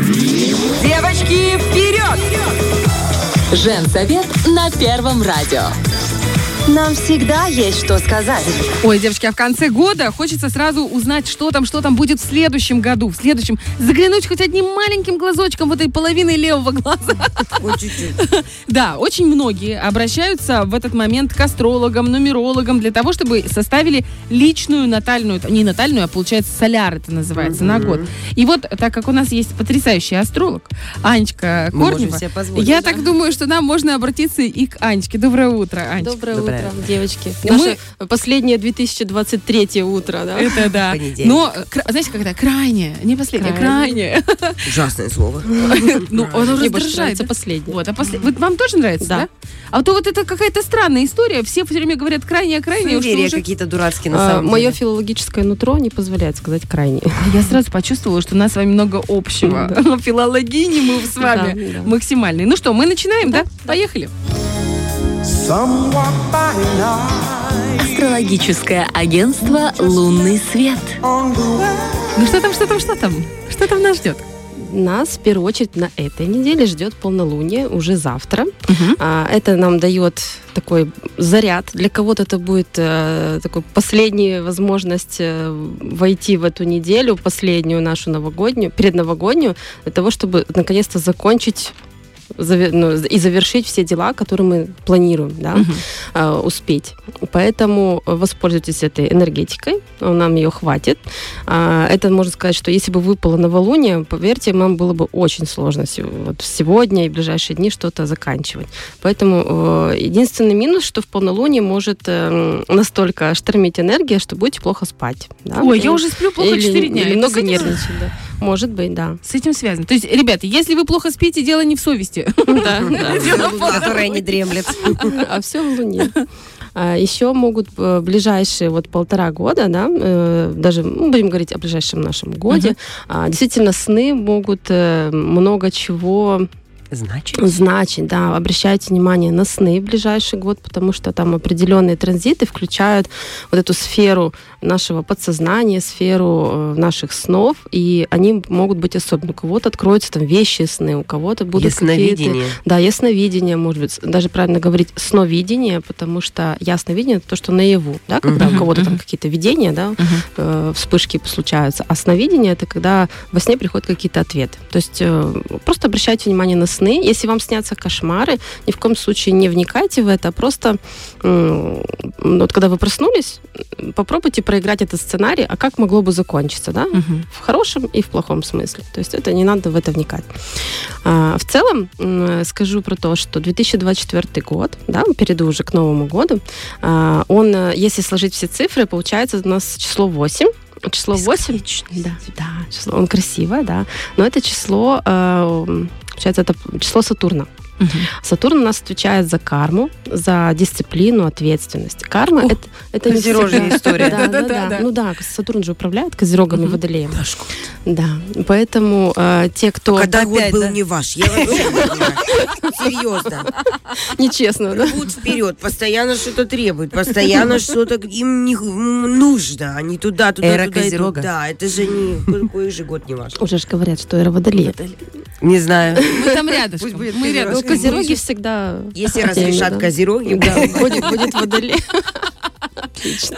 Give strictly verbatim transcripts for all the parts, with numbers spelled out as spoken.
Девочки, вперед! Женсовет на Первом радио. Нам всегда есть что сказать. Ой, девочки, а в конце года хочется сразу узнать, что там, что там будет в следующем году. В следующем. Заглянуть хоть одним маленьким глазочком в этой половиной левого глаза. Вот чуть-чуть. Да, очень многие обращаются в этот момент к астрологам, нумерологам для того, чтобы составили личную натальную, не натальную, а получается соляр это называется, mm-hmm. на год. И вот, так как у нас есть потрясающий астролог, Анечка Мы Корнева, себе позволить, я да? так думаю, что нам можно обратиться и к Анечке. Доброе утро, Анечка. Доброе, Доброе утро, утро. девочки. Мы- Наше последнее две тысячи двадцать третье утро, да? Это да. Понедельник. Но, кра- знаете, когда крайнее, не последнее, крайнее. Ужасное слово. Ну, оно Мне больше раздражает. нравится да? последнее. Вот, а после... вот вам тоже нравится, да? Да. А то вот это какая-то странная история. Все все время говорят крайнее, крайнее. что Суеверия уже- какие-то дурацкие на А, самом Мое деле. филологическое нутро не позволяет сказать крайне. Я сразу почувствовала, что у нас с вами много общего. Филологини мы с вами Да, да. максимальные. Ну что, мы начинаем, да? Поехали. Астрологическое агентство «Лунный свет». Ну что там, что там, что там? Что там нас ждет? Нас в первую очередь на этой неделе ждет полнолуние уже завтра. Мгм. А, Это нам дает такой заряд. Для кого-то это будет э, такой последняя возможность э, войти в эту неделю, последнюю нашу новогоднюю, предновогоднюю, для того, чтобы наконец-то закончить заве- ну, и завершить все дела, которые мы планируем, да, Мгм. э, успеть. Поэтому воспользуйтесь этой энергетикой, нам ее хватит. А, Это можно сказать, что если бы выпало новолуние, поверьте, нам было бы очень сложно се- вот сегодня и в ближайшие дни что-то заканчивать. Поэтому э, единственный минус, что в полнолуние может э, настолько штормить энергия, что будете плохо спать. Да? Ой, Или- я уже сплю плохо или- четыре дня. или Это много с этим- нервничать, да. Может быть, да. С этим связано. То есть, ребята, если вы плохо спите, дело не в совести. Да, да. Которая не дремлет. А все в Луне. А Еще могут э, ближайшие вот полтора года, да, э, даже ну, будем говорить о ближайшем нашем годе, а, действительно сны могут э, много чего Значит, значить, да. Обращайте внимание на сны в ближайший год, потому что там определенные транзиты включают вот эту сферу нашего подсознания, сферу э, наших снов, и они могут быть особенны. У кого-то откроются там вещи сны, у кого-то будут какие-то... ясновидение. Да, ясновидение, может быть, даже правильно говорить сновидение, потому что ясновидение — это то, что наяву, да, когда Мгм, у кого-то там мгм. какие-то видения, да, э, вспышки случаются, а сновидение — это когда во сне приходят какие-то ответы. То есть э, просто обращайте внимание на сны. Если вам снятся кошмары, ни в коем случае не вникайте в это, а просто м, вот когда вы проснулись, попробуйте проиграть этот сценарий, а как могло бы закончиться, да, Мгм. в хорошем и в плохом смысле. То есть это не надо в это вникать. А, в целом, м, скажу про то, что две тысячи двадцать четвёртый год, да, перейду уже к Новому году, а, он, э, если сложить все цифры, получается у нас число восемь. Число восемь, да, да, число, он красивое, да, но это число, э, получается, это число Сатурна. Мгм. Сатурн у нас отвечает за карму, за дисциплину, ответственность. Карма Ух, это, это не козерожья всегда- история. Да, да, Да-да-да, да. да. Ну да, Сатурн же управляет козерогами, Мгм. водолеем. Да, поэтому э, те, кто Когда год Опять, был да? не ваш, я вообще не понимаю. Серьезно. нечестно, да? Живут вперед, постоянно что-то требуют, постоянно что-то им не м, нужно, они туда, туда, Эра туда идут. Козерога. Да, это же не какой же год не ваш. Уже же говорят, что эра водолея. Не знаю. Мы там рядышком. Пусть будет Мы Козерог. Ну, рядышком. козероги всегда... Если в теме, разрешат да. козероги, Да, будет, будет водолей. Отлично.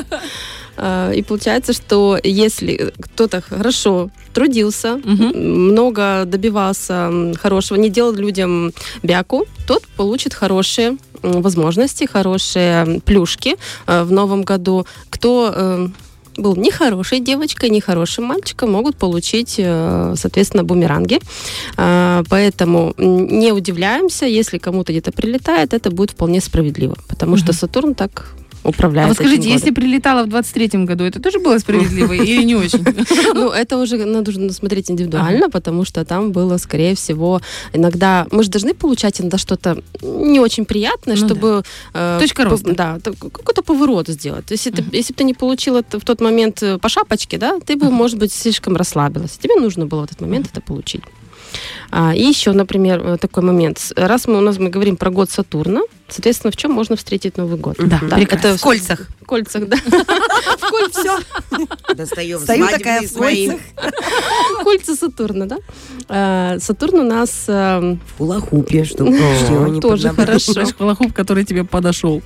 А, И получается, что если кто-то хорошо трудился, Мгм. много добивался м, хорошего, не делал людям бяку, тот получит хорошие м, возможности, хорошие плюшки э, в новом году. Кто э, был нехорошей девочкой, нехорошим мальчиком, могут получить, э, соответственно, бумеранги. А, Поэтому м, не удивляемся, если кому-то где-то прилетает, это будет вполне справедливо, потому что Мгм. Сатурн так А управляет вот скажите, этим если годом. прилетала в двадцать третьем году, это тоже было справедливо или не очень? Ну, это уже нужно смотреть индивидуально, потому что там было, скорее всего, иногда... Мы же должны получать иногда что-то не очень приятное, Ну чтобы... э, Точка по- роста. Да, так, какой-то поворот сделать. То есть, если, Мгм. ты, если бы ты не получил это в тот момент э, по шапочке, да, ты бы, Мгм. может быть, слишком расслабилась. Тебе нужно было в этот момент это получить. А, и еще, например, такой момент. Раз мы у нас мы говорим про год Сатурна, соответственно, в чем можно встретить Новый год? Да, да это в кольцах. В кольцах, да. В кольцах. Достаем Стою такая в свои. кольцах. Кольца Сатурна, да? А, Сатурн у нас... а, В хулахупе, чтобы его не тоже поднабрать. хорошо. Хулахуп, который тебе подошел.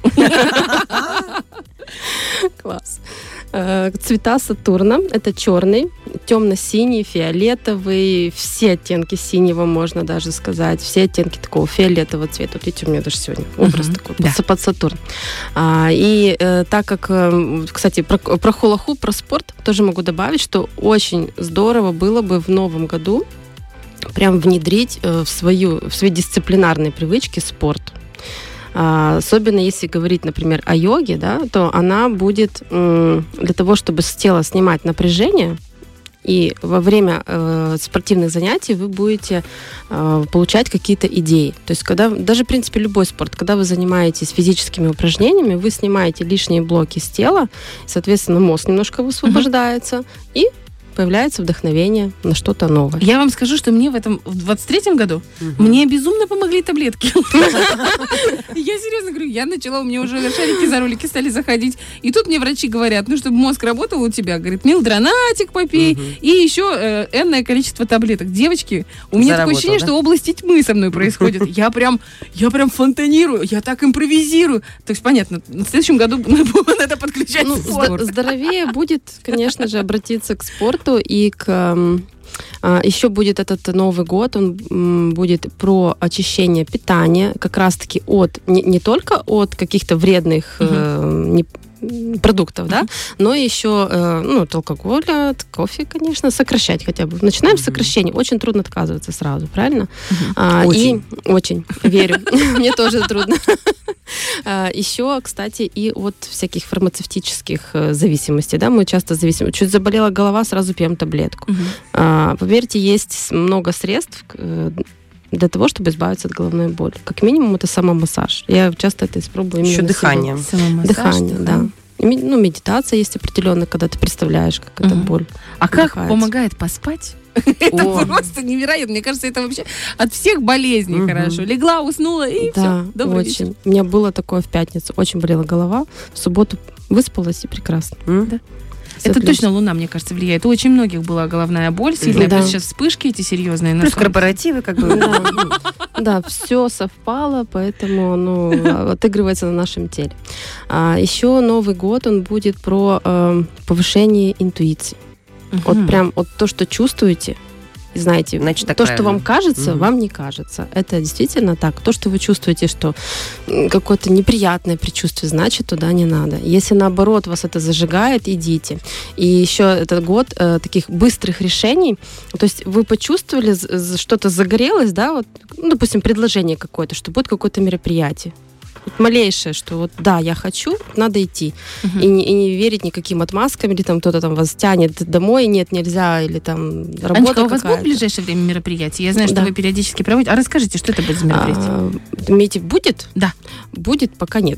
Класс. Э, Цвета Сатурна – это черный, темно-синий, фиолетовый, все оттенки синего, можно даже сказать, все оттенки такого фиолетового цвета. Вот видите, у меня даже сегодня образ Мгм, такой, да. под, под Сатурн. А, и э, так как, э, кстати, про, про хулахуп, про спорт тоже могу добавить, что очень здорово было бы в новом году прям внедрить э, в, свою, в свои дисциплинарные привычки спорт. А, особенно если говорить, например, о йоге, да, то она будет м, для того, чтобы с тела снимать напряжение, и во время э, спортивных занятий вы будете э, получать какие-то идеи. То есть, когда даже, в принципе, любой спорт, когда вы занимаетесь физическими упражнениями, вы снимаете лишние блоки с тела, соответственно, мозг немножко высвобождается, mm-hmm. и появляется вдохновение на что-то новое. Я вам скажу, что мне в этом, в двадцать третьем году, мне безумно помогли таблетки. Я серьезно говорю, я начала, у меня уже шарики за ролики стали заходить. И тут мне врачи говорят, ну, чтобы мозг работал у тебя, говорит, милдронатик попей, и еще э, энное количество таблеток. Девочки, у меня такое Заработал, ощущение, да? что области тьмы со мной происходит. Я прям, я прям фонтанирую, я так импровизирую. То есть, понятно, в следующем году надо подключать Ну, спорт. здо- здоровее будет, конечно же, обратиться к спорту и к... м, а, еще будет этот Новый год, он м, будет про очищение питания, как раз-таки от, не, не только от каких-то вредных э, не- м, продуктов, да, но еще э, ну, от алкоголя, от кофе, конечно, сокращать хотя бы. Начинаем с сокращения. Очень трудно отказываться сразу, правильно? А, Очень. И, очень, верю. Мне тоже трудно. А, Еще, кстати, и от всяких фармацевтических э, зависимостей, да, мы часто зависим. Чуть заболела голова, сразу пьем таблетку. Мгм. А, Поверьте, есть много средств э, для того, чтобы избавиться от головной боли. Как минимум, это самомассаж. Я часто это испробую. Еще именно на себе. дыхание. Самомассаж, Дыхание, да. И ми- Ну, медитация есть определенная, когда ты представляешь, как эта Мгм. боль. А как вдыхается. помогает поспать? Это О. просто невероятно. Мне кажется, это вообще от всех болезней Мгм. хорошо. Легла, уснула, и Да, все. Добрый очень. вечер. У меня было такое в пятницу. Очень болела голова. В субботу выспалась и прекрасно. М? Да. Всё Это плюс. точно Луна, мне кажется, влияет. У очень многих была головная боль сильная. Да. Плюс сейчас вспышки эти серьезные. на Плюс солнце. корпоративы, как бы. Да, да, все совпало, поэтому оно отыгрывается на нашем теле. А, еще Новый год, он будет про э, повышение интуиции. Вот Мгм. прям вот то, что чувствуете, и знаете, Значит, так то, что правильно. вам кажется, Мгм. вам не кажется. Это действительно так. То, что вы чувствуете, что м, какое-то неприятное предчувствие, значит, туда не надо. Если наоборот вас это зажигает, идите. И еще этот год э, таких быстрых решений. То есть вы почувствовали, з- з- что-то загорелось, да, вот, ну, допустим, предложение какое-то, что будет какое-то мероприятие. Вот малейшее, что вот да, я хочу, надо идти. Мгм. И, не, и не верить никаким отмазкам, или там кто-то там вас тянет домой, нет, нельзя, или там работа Анечка, а у вас какая-то. будет в ближайшее время мероприятие? Я знаю, что Да. вы периодически проводите. А расскажите, что это будет за мероприятие? А, имеете, будет? Да. Будет, пока нет.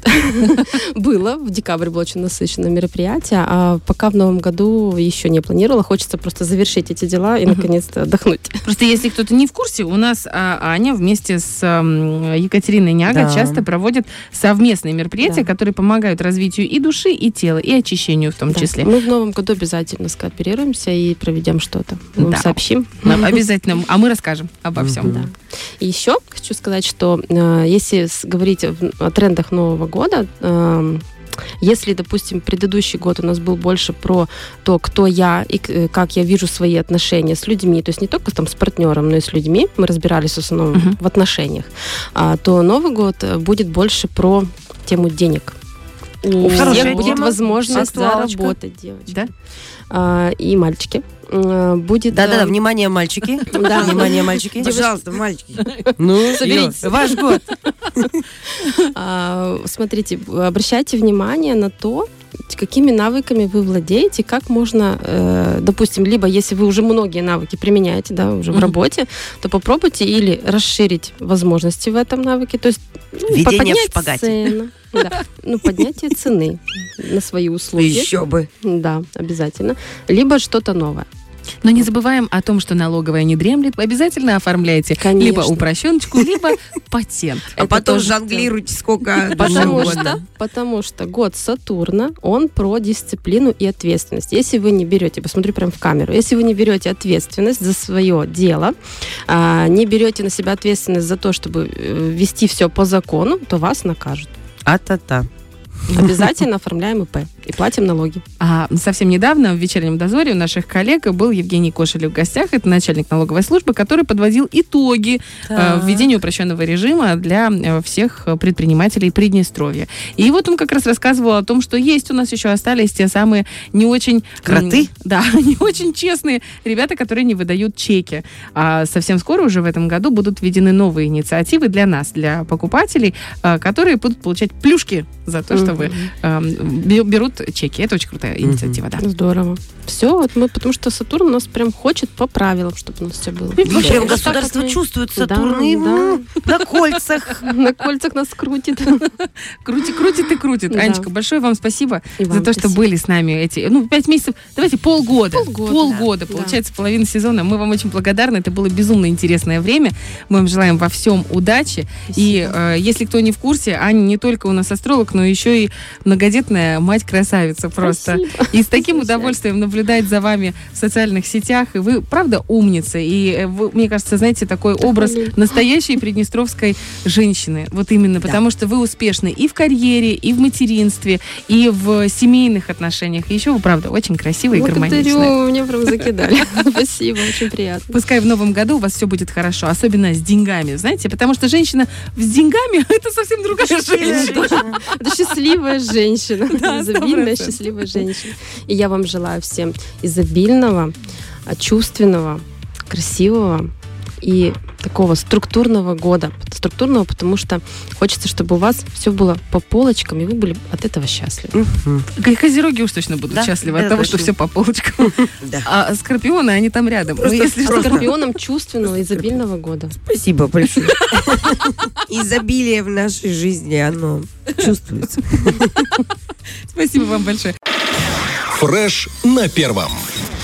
Было. В декабре было очень насыщенное мероприятие, а пока в новом году еще не планировала. Хочется просто завершить эти дела и, Мгм. наконец-то, отдохнуть. Просто если кто-то не в курсе, у нас а, Аня вместе с ам, Екатериной Няга Да. часто проводят совместные мероприятия, Да. которые помогают развитию и души, и тела, и очищению в том Да. числе. Мы в новом году обязательно скооперируемся и проведем что-то. Мы вам Да. сообщим. Нам обязательно, а мы расскажем обо всем. Да. И еще хочу сказать, что э, если с- говорить в- о трендах Нового года, э, если, допустим, предыдущий год у нас был больше про то, кто я и к- э, как я вижу свои отношения с людьми, то есть не только там с партнером, но и с людьми, мы разбирались в основном Мгм. в отношениях, а, то Новый год э, будет больше про тему денег. У Хорошая всех будет тема. возможность Актуалочка. заработать, девочки. Да? А, и мальчики. Э, Будет... Да-да-да, э, внимание, мальчики. Да. Внимание, мальчики. Пожалуйста, мальчики. Ну, Соберитесь. Ё, ваш год. А, Смотрите, обращайте внимание на то, какими навыками вы владеете, как можно, э, допустим, либо если вы уже многие навыки применяете, да, уже в Мгм. работе, то попробуйте или расширить возможности в этом навыке, то есть ну, Введение в поднять шпагате. цену, да, ну, поднятие цены на свои услуги. Еще бы. Да, обязательно. Либо что-то новое. Но не забываем о том, что налоговая не дремлет. Вы обязательно оформляйте Конечно. либо упрощеночку, либо патент. А Это потом тоже жонглируйте сколько Потому угодно. что, потому что год Сатурна, он про дисциплину и ответственность. Если вы не берете, посмотри прям в камеру, если вы не берете ответственность за свое дело, а, не берете на себя ответственность за то, чтобы э, вести все по закону, то вас накажут. А-та-та. Обязательно оформляем ИП и платим налоги. А совсем недавно в «Вечернем дозоре» у наших коллег был Евгений Кошелев в гостях. Это начальник налоговой службы, который подводил итоги э, введения упрощенного режима для э, всех предпринимателей Приднестровья. И вот он как раз рассказывал о том, что есть у нас еще остались те самые не очень... Кроты? м, Да, не очень честные ребята, которые не выдают чеки. А совсем скоро уже в этом году будут введены новые инициативы для нас, для покупателей, э, которые будут получать плюшки за то, что вы э, бе- берут чеки. Это очень крутая инициатива, да. Здорово. Все, вот мы, потому что Сатурн у нас прям хочет по правилам, чтобы у нас все было. Вообще, Да. государство Так вот мы- чувствует Да, Сатурн и, да. м, на кольцах. На кольцах нас крутит. Крутит, крутит и крутит. Да. Анечка, большое вам спасибо И за вам то, что спасибо. были с нами эти, ну, пять месяцев, давайте полгода. Полгода, Полгода, да. получается, половина сезона. Мы вам очень благодарны. Это было безумно интересное время. Мы вам желаем во всем удачи. И э, если кто не в курсе, Аня не только у нас астролог, но еще и многодетная мать-красавица просто. Спасибо. И с таким Спасибо. удовольствием наблюдать за вами в социальных сетях. И вы, правда, умница. И э, вы, мне кажется, знаете, такой образ Блин. настоящей приднестровской женщины. Вот именно, потому что вы успешны и в карьере, и в материнстве, и в семейных отношениях. И еще вы, правда, очень красивая и гармоничная. Благодарю, меня прям закидали. Спасибо, очень приятно. Пускай в новом году у вас все будет хорошо, особенно с деньгами, знаете, потому что женщина с деньгами это совсем другая женщина. Это счастливая женщина. Да, сто Изобильная, процентов. счастливая женщина. И я вам желаю всем изобильного, а, чувственного, красивого и такого структурного года. Структурного, потому что хочется, чтобы у вас все было по полочкам, и вы были от этого счастливы. Козероги уж точно будут Да, счастливы это от того, точно. что все по полочкам. Да. А скорпионы, они там рядом. Ну, Просто- если что, просто- Скорпионом чувственного, изобильного года. Спасибо большое. Изобилие в нашей жизни, оно чувствуется. спасибо вам большое. Фреш на первом.